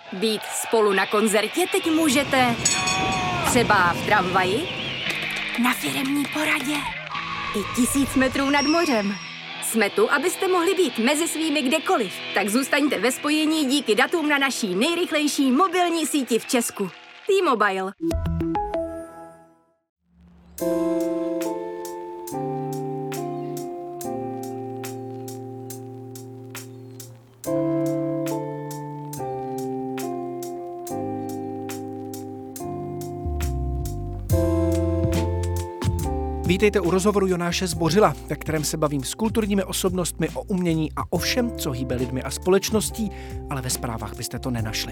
Být spolu na koncertě teď můžete třeba v tramvaji, na firemní poradě i 1000 metrů nad mořem. Jsme tu, abyste mohli být mezi svými kdekoliv. Tak zůstaňte ve spojení díky datům na naší nejrychlejší mobilní síti v Česku. T-Mobile. Vítejte u rozhovoru Jonáše Zbořila, ve kterém se bavím s kulturními osobnostmi o umění a o všem, co hýbe lidmi a společností, ale ve zprávách byste to nenašli.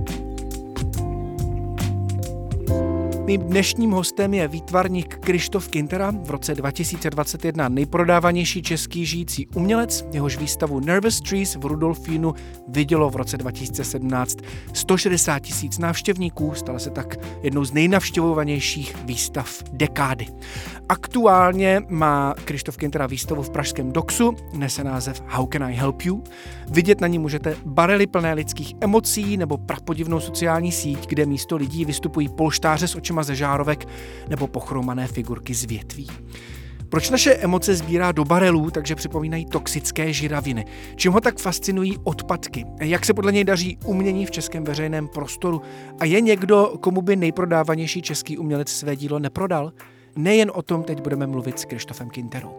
Mým dnešním hostem je výtvarník Kryštof Kintera, v roce 2021 nejprodávanější český žijící umělec, jehož výstavu Nervous Trees v Rudolfínu vidělo v roce 2017 160 000 návštěvníků, stala se tak jednou z nejnavštěvovanějších výstav dekády. Aktuálně má Kryštof Kintera výstavu v pražském Doxu, nese název How Can I Help You? Vidět na ní můžete barely plné lidských emocí nebo prapodivnou sociální síť, kde místo lidí vystupují polštáře s očima ze žárovek nebo pochromané figurky z větví. Proč naše emoce sbírá do barelů, takže připomínají toxické žiraviny? Čím ho tak fascinují odpadky? Jak se podle něj daří umění v českém veřejném prostoru? A je někdo, komu by nejprodávanější český umělec své dílo neprodal? Nejen o tom teď budeme mluvit s Kryštofem Kinterou.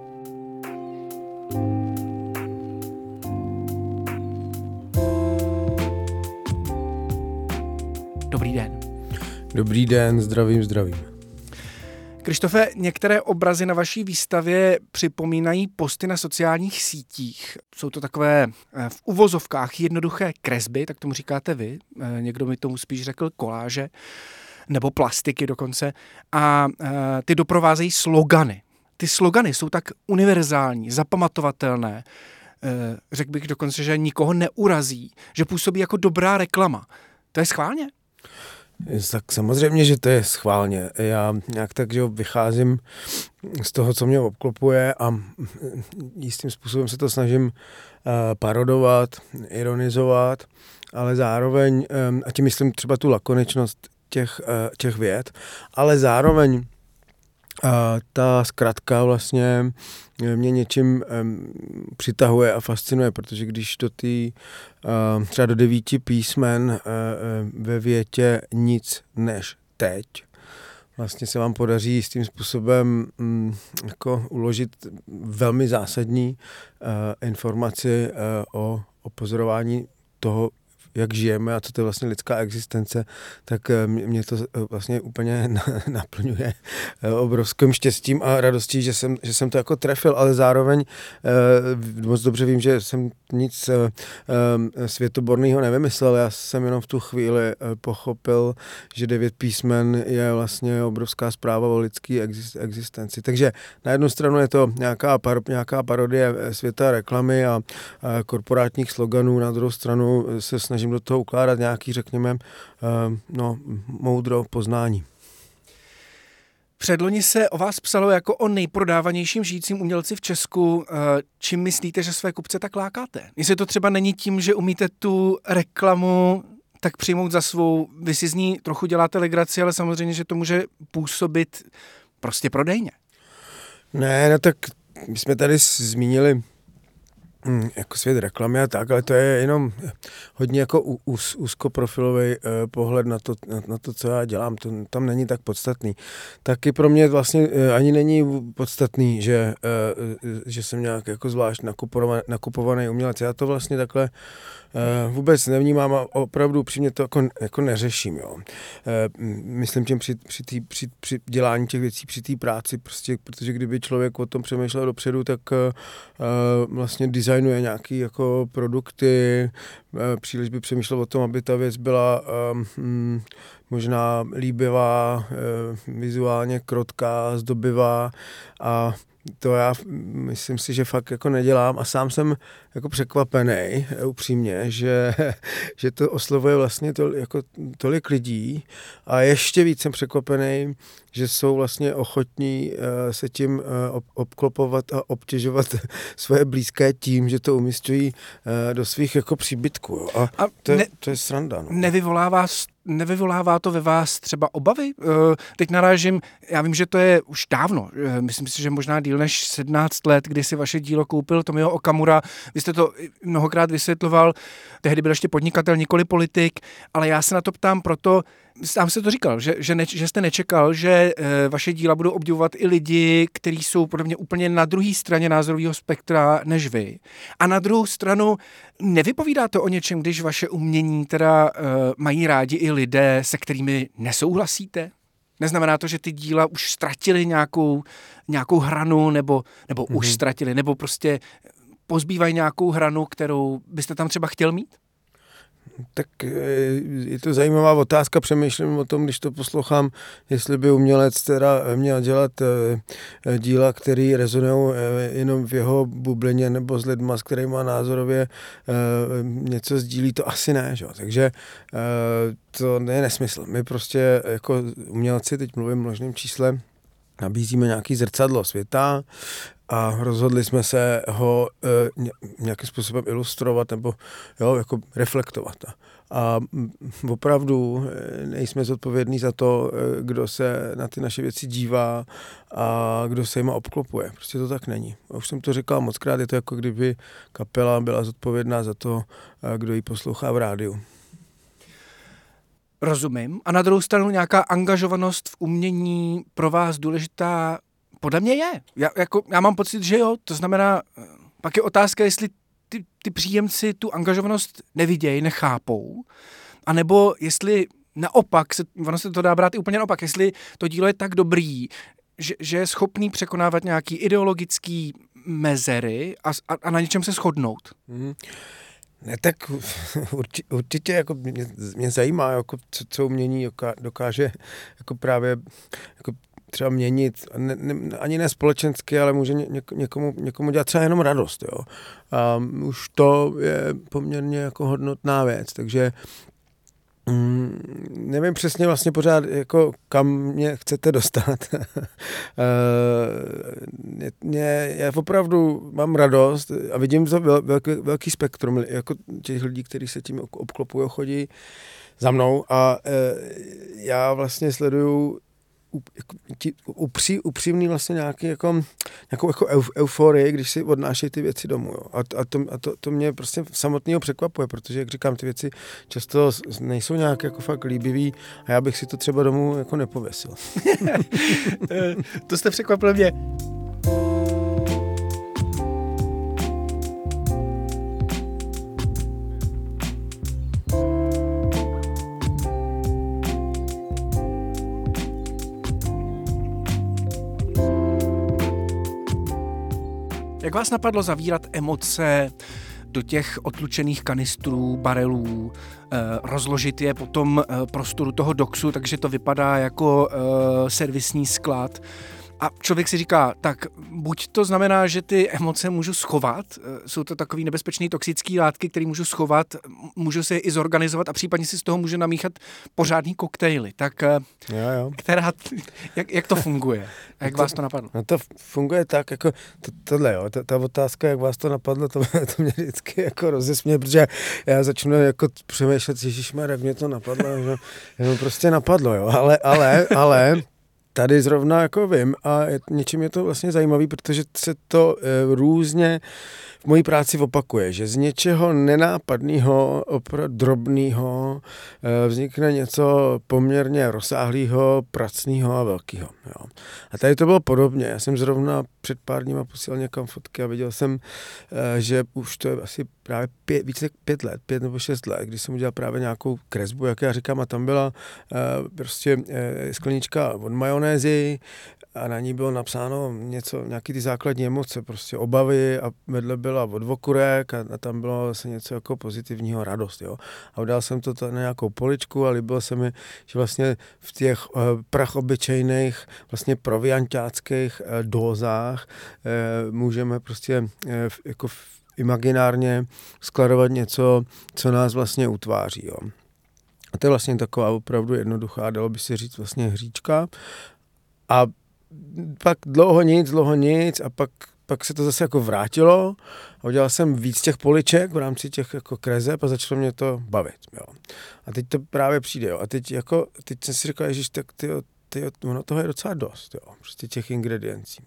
Dobrý den. Dobrý den, zdravím. Kryštofe, některé obrazy na vaší výstavě připomínají posty na sociálních sítích. Jsou to takové v uvozovkách jednoduché kresby, tak tomu říkáte vy. Někdo mi tomu spíš řekl koláže, nebo plastiky dokonce. A ty doprovázejí slogany. Ty slogany jsou tak univerzální, zapamatovatelné. Řekl bych dokonce, že nikoho neurazí, že působí jako dobrá reklama. To je schválně? Tak samozřejmě, že to je schválně. Já nějak tak, že vycházím z toho, co mě obklopuje a jistým způsobem se to snažím parodovat, ironizovat, ale zároveň, a tím myslím třeba tu lakoničnost těch vět, ale zároveň ta zkratka vlastně mě něčím přitahuje a fascinuje, protože když třeba do 9 písmen ve větě nic než teď, vlastně se vám podaří s tím způsobem jako uložit velmi zásadní informaci o pozorování toho, jak žijeme a co to je vlastně lidská existence, tak mě to vlastně úplně naplňuje obrovským štěstím a radostí, že jsem to jako trefil, ale zároveň moc dobře vím, že jsem nic světoborného nevymyslel. Já jsem jenom v tu chvíli pochopil, že 9 písmen je vlastně obrovská zpráva o lidské existenci. Takže na jednu stranu je to nějaká parodie světa reklamy a korporátních sloganů, na druhou stranu se snažím do toho ukládat nějaký, řekněme, moudro poznání. Předloni se o vás psalo jako o nejprodávanějším žijícím umělci v Česku. Čím myslíte, že své kupce tak lákáte? Jestli to třeba není tím, že umíte tu reklamu tak přijmout za svou, vy si z ní trochu děláte legraci, ale samozřejmě, že to může působit prostě prodejně. Ne, no tak my jsme tady zmínili jako svět reklamy a tak, ale to je jenom hodně jako úzkoprofilový pohled na to, co já dělám. To tam není tak podstatný. Taky pro mě vlastně ani není podstatný, že jsem nějak jako zvlášť nakupovaný umělec. Já to vlastně takhle vůbec nevnímám a opravdu upřímně to jako neřeším. Jo. Myslím tím při dělání těch věcí, při té práci, prostě, protože kdyby člověk o tom přemýšlel dopředu, tak vlastně designuje nějaký jako produkty, příliš by přemýšlel o tom, aby ta věc byla možná líbivá, vizuálně krotká, zdobivá a to já myslím si, že fakt jako nedělám a sám jsem jako překvapený, upřímně, že to oslovuje vlastně jako tolik lidí a ještě víc jsem překvapený, že jsou vlastně ochotní se tím obklopovat a obtěžovat svoje blízké tím, že to umisťují do svých jako příbytků. Jo. A to je sranda. No. Nevyvolává to ve vás třeba obavy? Teď narážím, já vím, že to je už dávno, myslím si, že možná díl než 17 let, kdy si vaše dílo koupil Tomio Okamura. Vy jste to mnohokrát vysvětloval, tehdy byl ještě podnikatel, nikoli politik, ale já se na to ptám proto, sám jste to říkal, že jste nečekal, že vaše díla budou obdivovat i lidi, kteří jsou podle mě úplně na druhé straně názorového spektra než vy. A na druhou stranu nevypovídá to o něčem, když vaše umění teda mají rádi i lidé, se kterými nesouhlasíte? Neznamená to, že ty díla už ztratily nějakou hranu, nebo už ztratili, nebo prostě pozbývají nějakou hranu, kterou byste tam třeba chtěl mít? Tak je to zajímavá otázka, přemýšlím o tom, když to poslouchám, jestli by umělec teda měl dělat díla, které rezonují jenom v jeho bublině nebo s lidma, s kterými názorově něco sdílí, to asi ne, že? Takže to je nesmysl. My prostě jako umělci, teď mluvím množným číslem, nabízíme nějaký zrcadlo světa a rozhodli jsme se ho nějakým způsobem ilustrovat nebo jako reflektovat. A opravdu nejsme zodpovědní za to, kdo se na ty naše věci dívá a kdo se jima obklopuje. Prostě to tak není. A už jsem to říkal mockrát, je to jako kdyby kapela byla zodpovědná za to, kdo ji poslouchá v rádiu. Rozumím. A na druhou stranu nějaká angažovanost v umění pro vás důležitá podle mě je. Já mám pocit, že jo. To znamená, pak je otázka, jestli ty příjemci tu angažovanost nevidějí, nechápou, anebo jestli naopak, ono se to dá brát i úplně naopak, jestli to dílo je tak dobrý, že je schopný překonávat nějaký ideologický mezery a na něčem se shodnout. Ne, tak určitě jako mě zajímá, jako co umění dokáže jako právě jako třeba měnit, ani ne společensky, ale může někomu dělat třeba jenom radost. Jo. A už to je poměrně jako hodnotná věc, takže nevím přesně vlastně pořád, jako kam mě chcete dostat. Já opravdu mám radost a vidím to velký spektrum jako těch lidí, kteří se tím obklopují, chodí za mnou a já vlastně sleduju upřímný vlastně nějakou jako euforii, když si odnášejí ty věci domů. Jo. A to mě prostě samotného překvapuje, protože, jak říkám, ty věci často nejsou nějak jako fakt líbivý a já bych si to třeba domů jako nepověsil. To jste překvapil mě. Jak vás napadlo zavírat emoce do těch odlučených kanistrů, barelů, rozložit je po tom prostoru toho doxu, takže to vypadá jako servisní sklad? A člověk si říká, tak buď to znamená, že ty emoce můžu schovat, jsou to takový nebezpečný toxický látky, které můžu schovat, můžu se je i zorganizovat a případně si z toho můžu namíchat pořádný koktejly. Tak jo. Jak to funguje? A jak vás to napadlo? No to funguje tak, jako tohle, jo, ta otázka, jak vás to napadlo, to mě vždycky jako rozesměje, protože já začnu jako přemýšlet, ježišmarja, jak mě to napadlo, že mě prostě napadlo, jo, ale tady zrovna jako vím a něčím je to vlastně zajímavý, protože se to různě v mojí práci opakuje, že z něčeho nenápadného, opravdu drobného vznikne něco poměrně rozsáhlého, pracného a velkého. Jo. A tady to bylo podobně. Já jsem zrovna před pár dníma posílal někam fotky a viděl jsem, že už to je asi právě více jak 5 nebo 6 let, když jsem udělal právě nějakou kresbu, jak já říkám, a tam byla prostě sklenička od majonézy a na ní bylo napsáno nějaký ty základní emoce, prostě obavy a vedle byla od okurek a tam bylo vlastně něco jako pozitivního, radost, jo. A udal jsem to na nějakou poličku a líbilo se mi, že vlastně v těch prachobyčejných, vlastně proviantáckých dózách můžeme prostě jako imaginárně skladovat něco, co nás vlastně utváří, jo. A to je vlastně taková opravdu jednoduchá, dalo by se říct vlastně hříčka. A pak dlouho nic a pak se to zase jako vrátilo a udělal jsem víc těch poliček v rámci těch jako kreseb a začalo mě to bavit, jo. A teď to právě přijde, jo. A teď jsem si říkal, ježiš, tak ono toho je docela dost, jo. Prostě těch ingrediencí.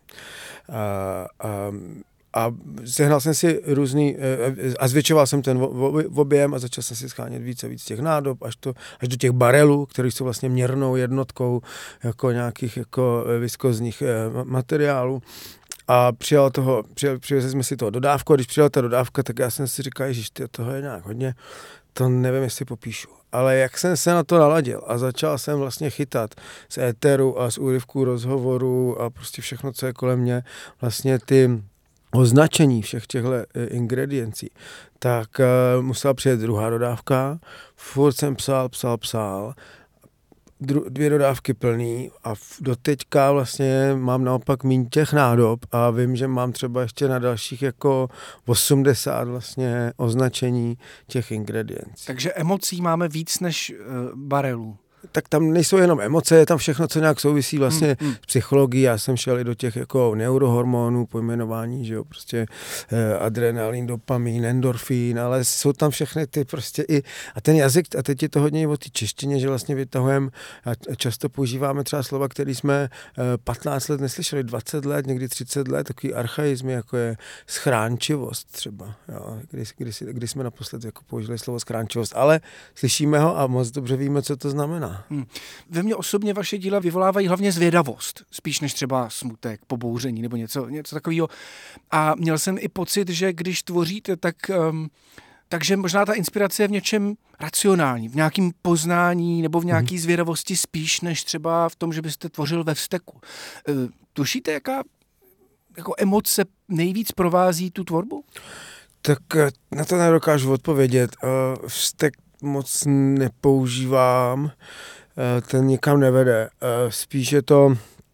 A sehnal jsem si různý, a zvětšoval jsem ten objem a začal jsem si schánět víc a víc těch nádob, až do těch barelů, které jsou vlastně měrnou jednotkou jako nějakých jako viskozních materiálů. A přivezli jsme si toho dodávku a když přijela ta dodávka, tak já jsem si říkal, ježiš, toho je nějak hodně, to nevím, jestli popíšu. Ale jak jsem se na to naladil a začal jsem vlastně chytat z éteru a z úryvků rozhovorů a prostě všechno, co je kolem mě, vlastně ty označení všech těchto ingrediencí, tak musela přijet druhá dodávka, furt jsem psal, 2 dodávky plný a doteďka vlastně mám naopak míň těch nádob a vím, že mám třeba ještě na dalších jako 80 vlastně označení těch ingrediencí. Takže emocí máme víc než barelů. Tak tam nejsou jenom emoce, je tam všechno, co nějak souvisí vlastně s psychologií. Já jsem šel i do těch jako neurohormonů, pojmenování, že jo, prostě adrenalin, dopamin, endorfín, ale jsou tam všechny ty prostě i, a ten jazyk, a teď je to hodně o té češtině, že vlastně vytahujeme, a často používáme třeba slova, které jsme 15 let neslyšeli, 20 let, někdy 30 let, takový archaizmy, jako je schránčivost třeba, jo, kdy jsme naposled jako použili slovo schránčivost, ale slyšíme ho a moc dobře víme, co to znamená. Ve mně osobně vaše díla vyvolávají hlavně zvědavost, spíš než třeba smutek, pobouření nebo něco takového. A měl jsem i pocit, že když tvoříte, takže možná ta inspirace je v něčem racionální, v nějakém poznání nebo v nějaké zvědavosti spíš než třeba v tom, že byste tvořil ve vzteku. Tušíte, jaká jako emoce nejvíc provází tu tvorbu? Tak na to nedokážu odpovědět. Vztek moc nepoužívám, ten nikam nevede. Spíš je to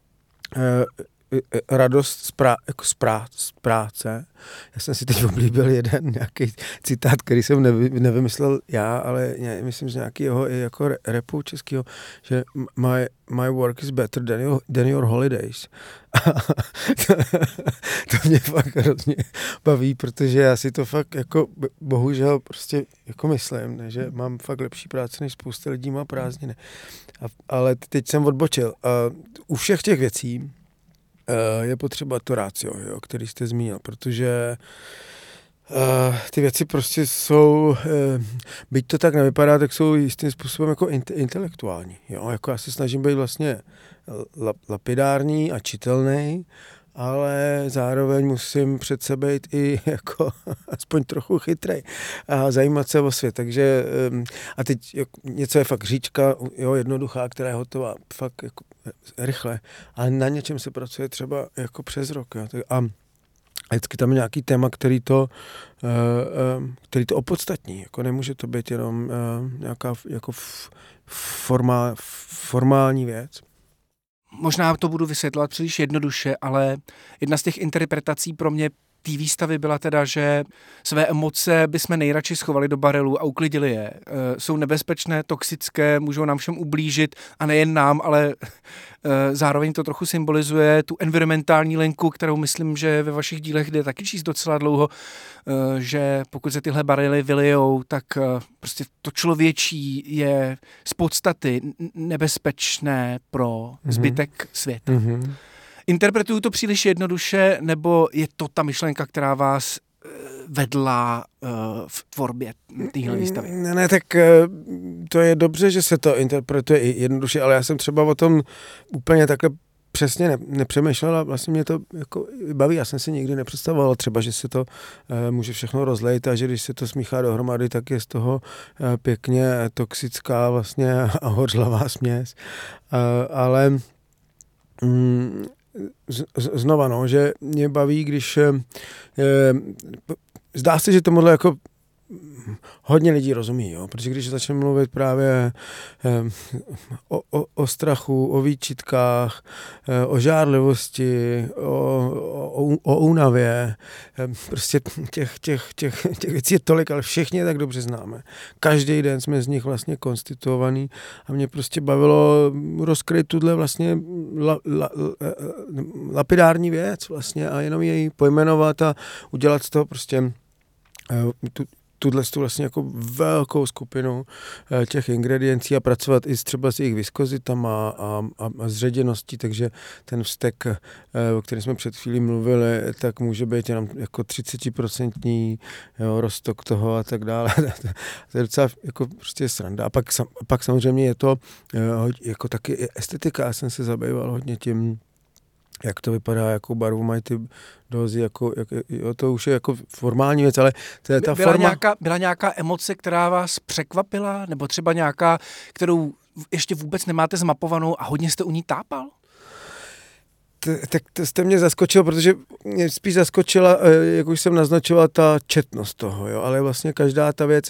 radost z práce. Já jsem si teď oblíbil jeden nějaký citát, který jsem nevymyslel já, ale myslím, že nějakýho i jako rapu českýho, že my work is better than your holidays. To mě fakt hrozně baví, protože já si to fakt jako bohužel prostě jako myslím, ne, že mám fakt lepší práci, než spousta lidí má prázdniny. Ale teď jsem odbočil. U všech těch věcí je potřeba to ratio, jo, který jste zmínil, protože ty věci prostě jsou, byť to tak nevypadá, tak jsou jistým způsobem jako intelektuální. Jo? Jako já se snažím být vlastně lapidární a čitelný, ale zároveň musím před sebe být i jako aspoň trochu chytrej a zajímat se o svět. Takže a teď něco je fakt říčka, jo, jednoduchá, která je hotová fakt jako rychle, ale na něčem se pracuje třeba jako přes rok. Jo. A vždycky tam je nějaký téma, který to opodstatní. Jako nemůže to být jenom nějaká jako formální věc. Možná to budu vysvětlovat příliš jednoduše, ale jedna z těch interpretací pro mě té výstavy byla teda, že své emoce bychom nejradši schovali do barelu a uklidili je. Jsou nebezpečné, toxické, můžou nám všem ublížit a nejen nám, ale zároveň to trochu symbolizuje tu environmentální linku, kterou myslím, že ve vašich dílech jde taky číst docela dlouho, že pokud se tyhle barely vylijou, tak prostě to člověčí je z podstaty nebezpečné pro zbytek světa. Interpretuju to příliš jednoduše, nebo je to ta myšlenka, která vás vedla v tvorbě téhle výstavy? Ne, tak to je dobře, že se to interpretuje i jednoduše, ale já jsem třeba o tom úplně takhle přesně nepřemýšlel a vlastně mě to jako baví. Já jsem si nikdy nepředstavoval třeba, že se to může všechno rozlejt a že když se to smíchá dohromady, tak je z toho pěkně toxická vlastně a hořlavá směs. Ale znova, no, že mě baví, když zdá se, že tomuhle jako hodně lidí rozumí, jo? Protože když začneme mluvit právě o strachu, o výčitkách, o žárlivosti, o únavě, prostě těch věcí je tolik, ale všechny je tak dobře známe. Každý den jsme z nich vlastně konstituovaný a mě prostě bavilo rozkryt tuhle vlastně lapidární věc vlastně a jenom jej pojmenovat a udělat z toho prostě tuhle vlastně jako velkou skupinu těch ingrediencí a pracovat i třeba s jejich viskozitama a zředěností, takže ten vztek, o kterém jsme před chvílí mluvili, tak může být jenom jako 30% roztok toho a tak dále. To je docela jako prostě sranda. A pak samozřejmě je to jako taky estetika. Já jsem se zabýval hodně tím, jak to vypadá, jakou barvu mají ty dozy, to už je jako formální věc, ale to je ta forma. Byla nějaká emoce, která vás překvapila, nebo třeba nějaká, kterou ještě vůbec nemáte zmapovanou a hodně jste u ní tápal? Tak to jste mě zaskočil, protože mě spíš zaskočila, jak už jsem naznačoval, ta četnost toho, jo, ale vlastně každá ta věc,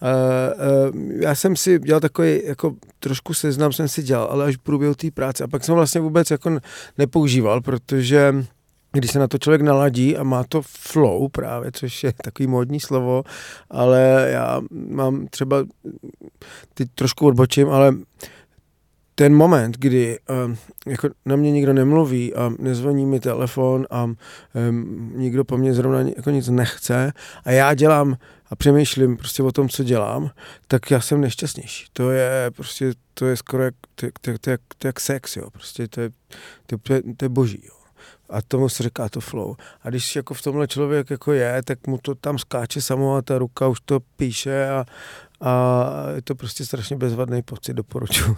já jsem si dělal takový, jako trošku seznam jsem si dělal, ale až v průběhu té práce a pak jsem vlastně vůbec jako nepoužíval, protože když se na to člověk naladí a má to flow právě, což je takový módní slovo, ale já mám třeba, teď trošku odbočím, ale ten moment, kdy jako na mě nikdo nemluví a nezvoní mi telefon a nikdo po mně zrovna jako nic nechce a já dělám a přemýšlím prostě o tom, co dělám, tak já jsem nejšťastnější. To je skoro jak sex, jo. Prostě to je boží, jo. A tomu se říká to flow. A když jako v tomhle člověk jako je, tak mu to tam skáče samo a ta ruka už to píše a je to prostě strašně bezvadný pocit, doporučuji.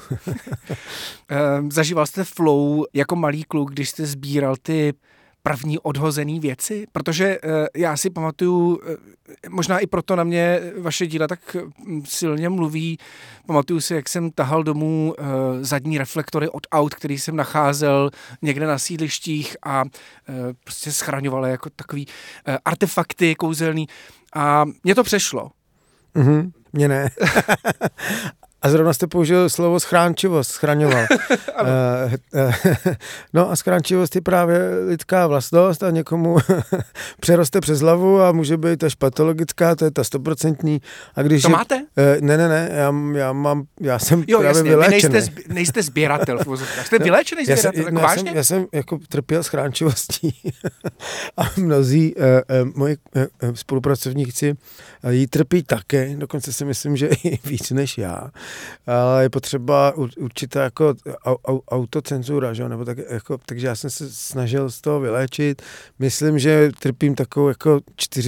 Zažíval jste flow jako malý kluk, když jste sbíral ty první odhozený věci? Protože já si pamatuju, možná i proto na mě vaše díla tak silně mluví, pamatuju si, jak jsem tahal domů zadní reflektory od aut, který jsem nacházel někde na sídlištích a prostě schraňoval jako takový artefakty kouzelný a mně to přešlo. Mhm, mně ne. A zrovna jste použil slovo schránčivost, schraňoval. No a schránčivost je právě lidská vlastnost a někomu přeroste přes hlavu a může být až patologická, to je ta 100%. A když to máte? Ne, já jsem právě vyléčený. Nejste sběratel. Jste vyléčený sběratel, vážně? Já jsem jako trpěl schránčivostí a mnozí moji spolupracovníci jí trpí taky, dokonce si myslím, že i víc než já. Ale je potřeba určitá jako autocenzura, že? Nebo tak, jako, takže já jsem se snažil z toho vyléčit. Myslím, že trpím takovou jako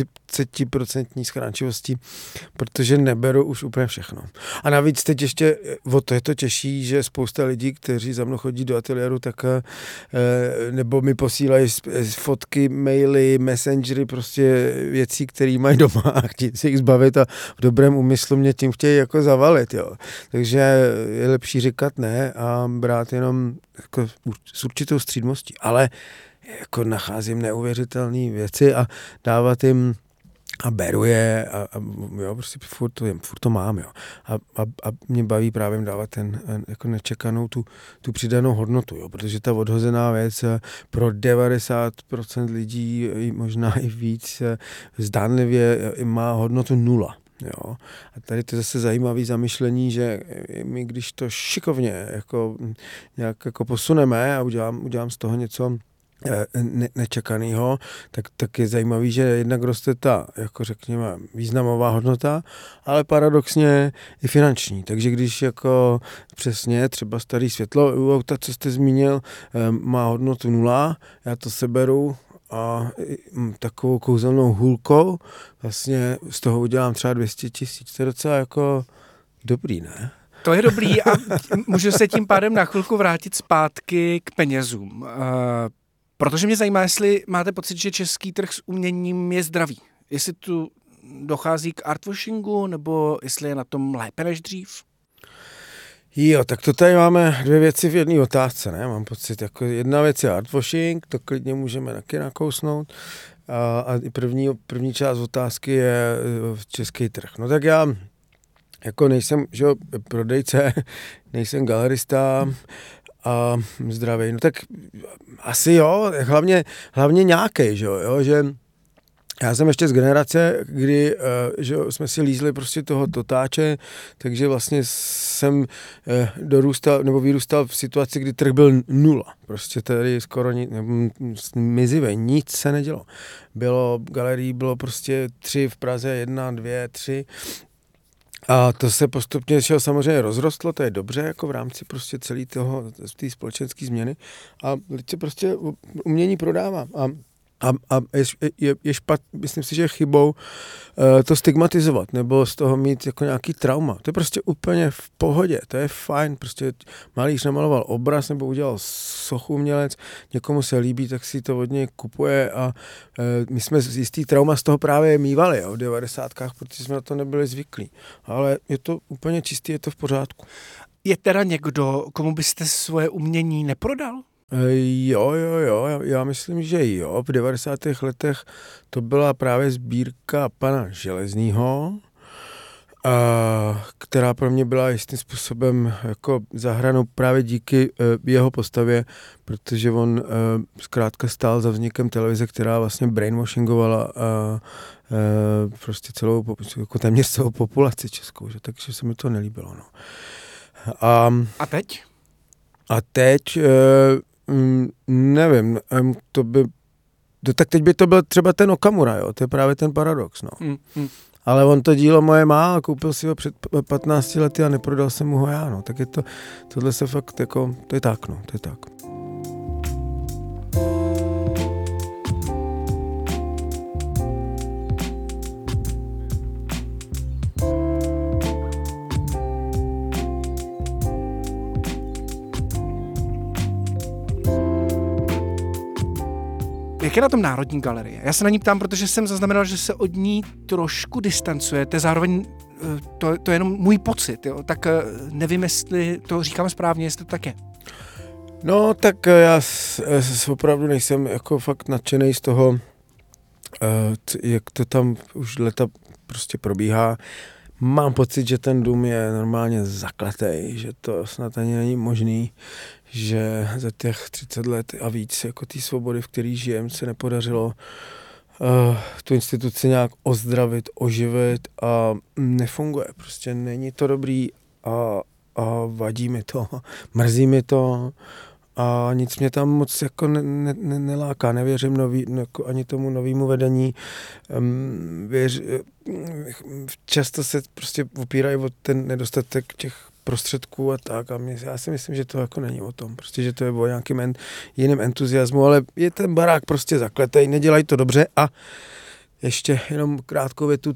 40% schránčivostí, protože neberu už úplně všechno. A navíc teď ještě o to je to těžší, že spousta lidí, kteří za mnou chodí do ateliéru, tak nebo mi posílají fotky, maily, messengery, prostě věcí, které mají doma a chtějí se jich zbavit a v dobrém úmyslu mě tím chtějí jako zavalit, jo. Takže je lepší říkat ne a brát jenom jako s určitou střídmostí, ale jako nacházím neuvěřitelné věci a dávat jim a beru je a jo, prostě furt to mám, jo. A mě baví právě dávat ten jako nečekanou tu přidanou hodnotu, jo, protože ta odhozená věc pro 90% lidí, možná i víc, zdánlivě má hodnotu 0. Jo. A tady to je zase zajímavé zamyšlení, že my když to šikovně jako nějak jako posuneme a udělám z toho něco nečekaného, tak je zajímavý, že jednak roste ta, jako řekněme, významová hodnota, ale paradoxně i finanční. Takže když jako přesně třeba starý světlo u auta, co jste zmínil, má hodnotu 0, já to seberu a takovou kouzelnou hůlkou vlastně z toho udělám třeba 200 000. To je docela jako dobrý, ne? To je dobrý a můžu se tím pádem na chvilku vrátit zpátky k penězům. Protože mě zajímá, jestli máte pocit, že český trh s uměním je zdravý. Jestli tu dochází k artwashingu, nebo jestli je na tom lépe než dřív? Jo, tak to tady máme dvě věci v jedné otázce, ne? Mám pocit, jako jedna věc je artwashing, to klidně můžeme taky nakousnout. A první část otázky je český trh. No tak já jako nejsem, že jo, prodejce, nejsem galerista a zdravý. No tak asi jo, hlavně nějakej, že jo, že já jsem ještě z generace, kdy že jsme si lízli prostě toho totáče, takže vlastně jsem vyrůstal v situaci, kdy trh byl nula. Prostě tady skoro mizivej, nic se nedělo. Galerií bylo prostě 3 v Praze, 1, 2, 3. A to se postupně samozřejmě rozrostlo, to je dobře, jako v rámci prostě celé té společenské změny. A lidi se prostě umění prodává. A myslím si, že je chybou to stigmatizovat, nebo z toho mít jako nějaký trauma. To je prostě úplně v pohodě, to je fajn. Prostě malíř namaloval obraz nebo udělal sochu umělec, někomu se líbí, tak si to od něj kupuje a my jsme jistý trauma z toho právě mívali v 90kách, protože jsme na to nebyli zvyklí. Ale je to úplně čistý, je to v pořádku. Je teda někdo, komu byste svoje umění neprodal? Jo, já myslím, že jo. V 90. letech to byla právě sbírka pana Železnýho, která pro mě byla jistým způsobem jako zahranou právě díky jeho postavě, protože on zkrátka stál za vznikem televize, která vlastně brainwashingovala prostě jako téměř celou populaci českou, že? Takže se mi to nelíbilo. No. A teď? A teď... nevím, tak teď by to byl třeba ten Okamura, jo, to je právě ten paradox, no. Ale on to dílo moje má a koupil si ho před 15 lety a neprodal jsem mu ho já, no, tak tohle se fakt jako, to je tak. Jak je na tom Národní galerie? Já se na ní ptám, protože jsem zaznamenal, že se od ní trošku distancujete, zároveň to je jenom můj pocit, jo? Tak nevím, jestli to říkám správně, jestli to tak je. No, tak já opravdu nejsem jako fakt nadšený z toho, jak to tam už leta prostě probíhá. Mám pocit, že ten dům je normálně zakletej, že to snad ani není možný, že za těch 30 let a víc jako té svobody, v který žijem, se nepodařilo tu instituci nějak ozdravit, oživit a nefunguje. Prostě není to dobrý a vadí mi to, mrzí mi to a nic mě tam moc jako neláká, nevěřím ani tomu novému vedení. Často se prostě opírají o ten nedostatek těch prostředků a tak a já si myslím, že to jako není o tom, prostě, že to je o nějakým jiným entuziasmu, ale je ten barák prostě zakletej, nedělají to dobře a ještě jenom krátkou větu,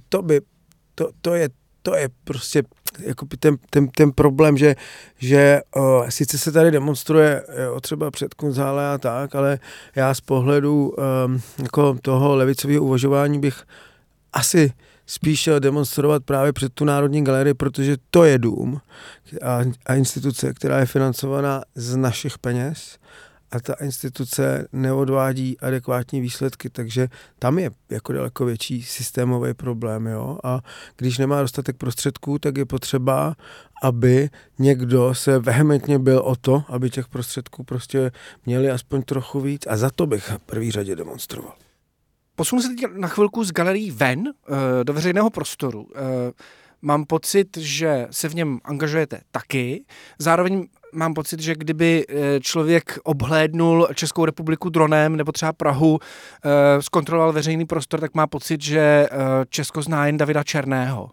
to je prostě jako ten problém, že sice se tady demonstruje třeba před Kunsthalle a tak, ale já z pohledu jako toho levicového uvažování bych asi spíš šel demonstrovat právě před tu Národní galerii, protože to je dům a instituce, která je financovaná z našich peněz a ta instituce neodvádí adekvátní výsledky, takže tam je jako daleko větší systémový problém, jo, a když nemá dostatek prostředků, tak je potřeba, aby někdo se vehementně byl o to, aby těch prostředků prostě měli aspoň trochu víc a za to bych v první řadě demonstroval. Posunu se teď na chvilku z galerií ven, do veřejného prostoru. Mám pocit, že se v něm angažujete taky. Zároveň mám pocit, že kdyby člověk obhlédnul Českou republiku dronem nebo třeba Prahu, zkontroloval veřejný prostor, tak má pocit, že Česko zná jen Davida Černého.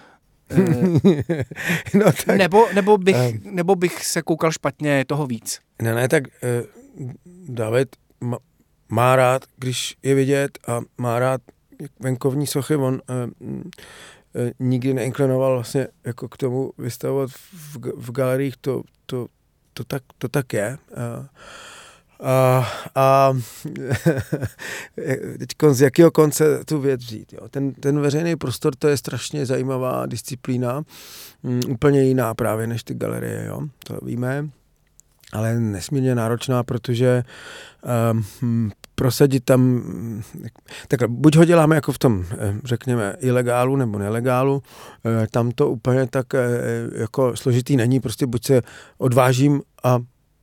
No tak, nebo bych se koukal špatně, je toho víc. Ne, tak David má rád, když je vidět a má rád venkovní sochy, on nikdy neinklinoval vlastně jako k tomu vystavovat v galeriích, to tak je. A teď z jakého konce tu věc vzít. Jo? Ten veřejný prostor, to je strašně zajímavá disciplína, úplně jiná právě než ty galerie, jo? To víme, ale nesmírně náročná, protože prosadit tam, takhle, buď ho děláme jako v tom, řekněme, ilegálu nebo nelegálu, tam to úplně tak jako složitý není, prostě buď se odvážím a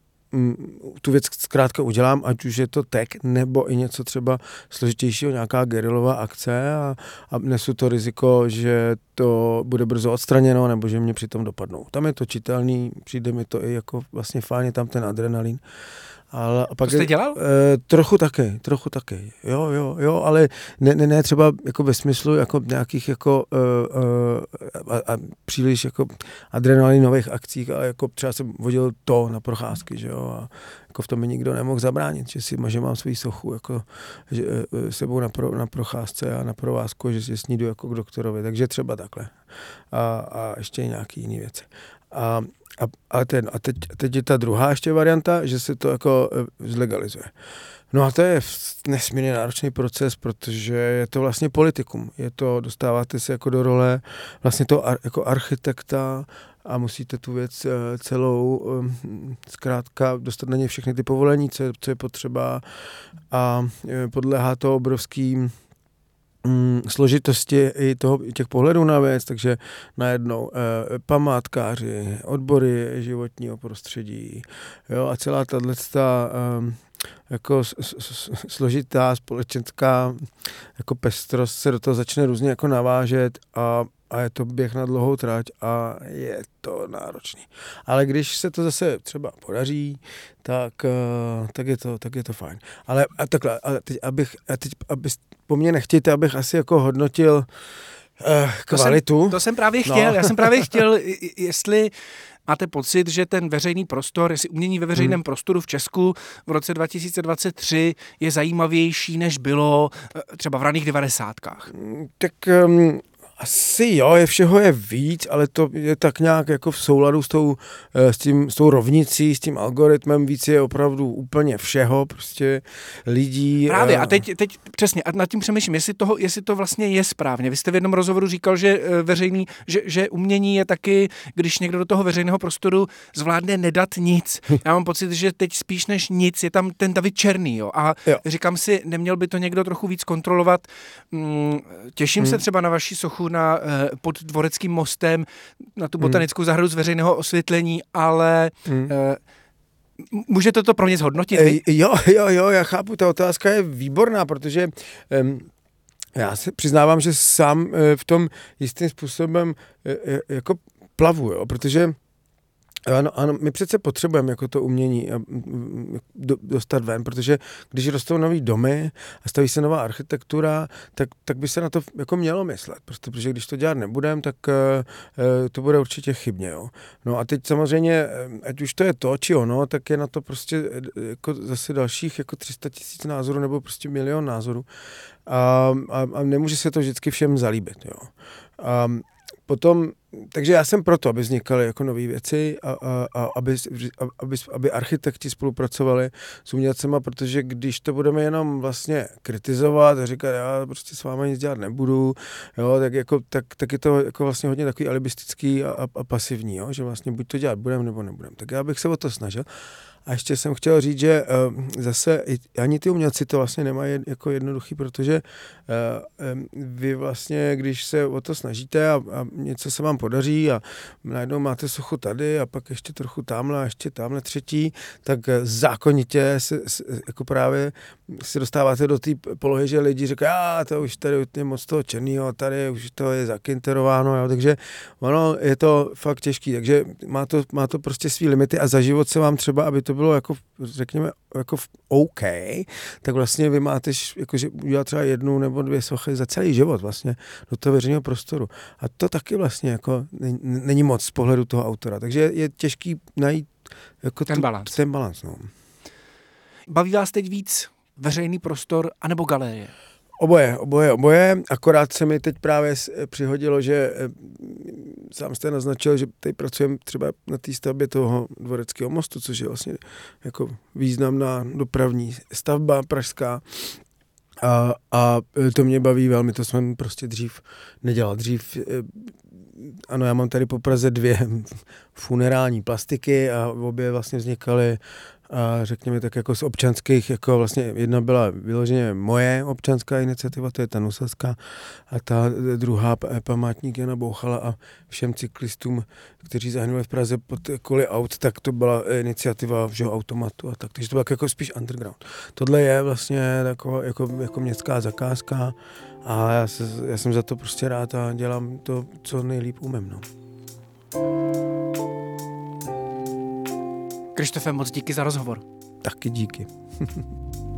tu věc zkrátka udělám, ať už je to tag, nebo i něco třeba složitějšího, nějaká guerilová akce a nesu to riziko, že to bude brzo odstraněno, nebo že mě přitom dopadnou. Tam je to čitelný, přijde mi to i jako vlastně fajn, tam ten adrenalin. Ale a pak to jste dělal? Trochu taky. Jo, ale ne třeba jako ve smyslu jako nějakých jako a příliš jako adrenalinových akcích, ale jako třeba jsem vodil to na procházky, že jo, a jako v tom mi nikdo nemohl zabránit, že mám svou sochu jako že, sebou na procházce a na provázku, že s ní jdu jako k doktorovi, takže třeba takhle. A ještě nějaký jiný věci. A teď je ta druhá ještě varianta, že se to jako zlegalizuje. No a to je nesmírně náročný proces, protože je to vlastně politikum. Dostáváte se jako do role vlastně toho jako architekta a musíte tu věc celou zkrátka dostat na ně všechny ty povolení, co je potřeba a podléhá to obrovským složitosti i těch pohledů na věc, takže najednou památkáři, odbory životního prostředí, jo, a celá tato jako složitá společenská jako pestrost se do toho začne různě jako navážet a je to běh na dlouhou trať a je to náročný. Ale když se to zase třeba podaří, tak je to fajn. Ale a takhle, teď po mně nechtějte, abych asi jako hodnotil kvalitu. To jsem právě chtěl. No. Já jsem právě chtěl, jestli máte pocit, že ten veřejný prostor, jestli umění ve veřejném prostoru v Česku v roce 2023 je zajímavější, než bylo třeba v raných 90kách? Tak asi jo, všeho je víc, ale to je tak nějak jako v souladu s tou rovnicí, s tím algoritmem, víc je opravdu úplně všeho, prostě lidí. Právě a teď přesně, a nad tím přemýšlím, jestli to vlastně je správně. Vy jste v jednom rozhovoru říkal, že že umění je taky, když někdo do toho veřejného prostoru zvládne nedat nic. Já mám pocit, že teď spíš než nic je tam ten David Černý, jo. A říkám si, neměl by to někdo trochu víc kontrolovat. Těším se třeba na vaši sochu pod Dvoreckým mostem, na tu botanickou zahradu z veřejného osvětlení, ale můžete to pro mě zhodnotit? Jo, já chápu, ta otázka je výborná, protože já se přiznávám, že sám v tom jistým způsobem jako plavu, jo, protože ano, my přece potřebujeme jako to umění dostat ven, protože když rostou nový domy a staví se nová architektura, tak by se na to jako mělo myslet, protože když to dělat nebudeme, tak to bude určitě chybně. Jo. No a teď samozřejmě, ať už to je to, či ono, tak je na to prostě jako zase dalších jako 300 000 názorů nebo prostě 1 000 000 názorů a nemůže se to vždycky všem zalíbit. Jo. Potom, takže já jsem proto, aby vznikaly jako nové věci a aby architekti spolupracovali s umělcema, protože když to budeme jenom vlastně kritizovat a říkat, já prostě s vámi nic dělat nebudu, jo, tak je to jako vlastně hodně takový alibistický a pasivní, jo, že vlastně buď to dělat budeme nebo nebudeme. Tak já bych se o to snažil. A ještě jsem chtěl říct, že zase ani ty umělci to vlastně nemají jako jednoduchý, protože vy vlastně, když se o to snažíte a něco se vám podaří a najednou máte sochu tady a pak ještě trochu tamhle a ještě tamhle třetí, tak zákonitě jako právě se dostáváte do té polohy, že lidi říkají, to už tady je moc toho černýho, tady už to je zakinterováno, jo, takže ono je to fakt těžký, takže má to prostě svý limity a za život se vám třeba, aby to bylo jako, řekněme, jako OK, tak vlastně vy máte jakože udělat třeba 1 nebo 2 sochy za celý život vlastně do toho veřejného prostoru. A to taky vlastně jako není moc z pohledu toho autora. Takže je těžký najít jako ten balans. No. Baví vás teď víc veřejný prostor anebo galerie? Oboje. Akorát se mi teď právě přihodilo, že sám jste naznačil, že tady pracujeme třeba na té stavbě toho Dvoreckého mostu, což je vlastně jako významná dopravní stavba pražská. A to mě baví velmi, to jsem prostě dřív nedělal. Ano, já mám tady po Praze 2 funerální plastiky a obě vlastně vznikaly, řekněme tak jako z občanských, jako vlastně jedna byla vyloženě moje občanská iniciativa, to je ta Noselská, a ta druhá památník Jana Bouchala a všem cyklistům, kteří zahynuli v Praze kvůli aut, tak to byla iniciativa automatu a tak, takže to bylo jako spíš underground. Tohle je vlastně jako městská zakázka a já jsem za to prostě rád a dělám to, co nejlíp umím. No. Krištofe, moc díky za rozhovor. Taky díky.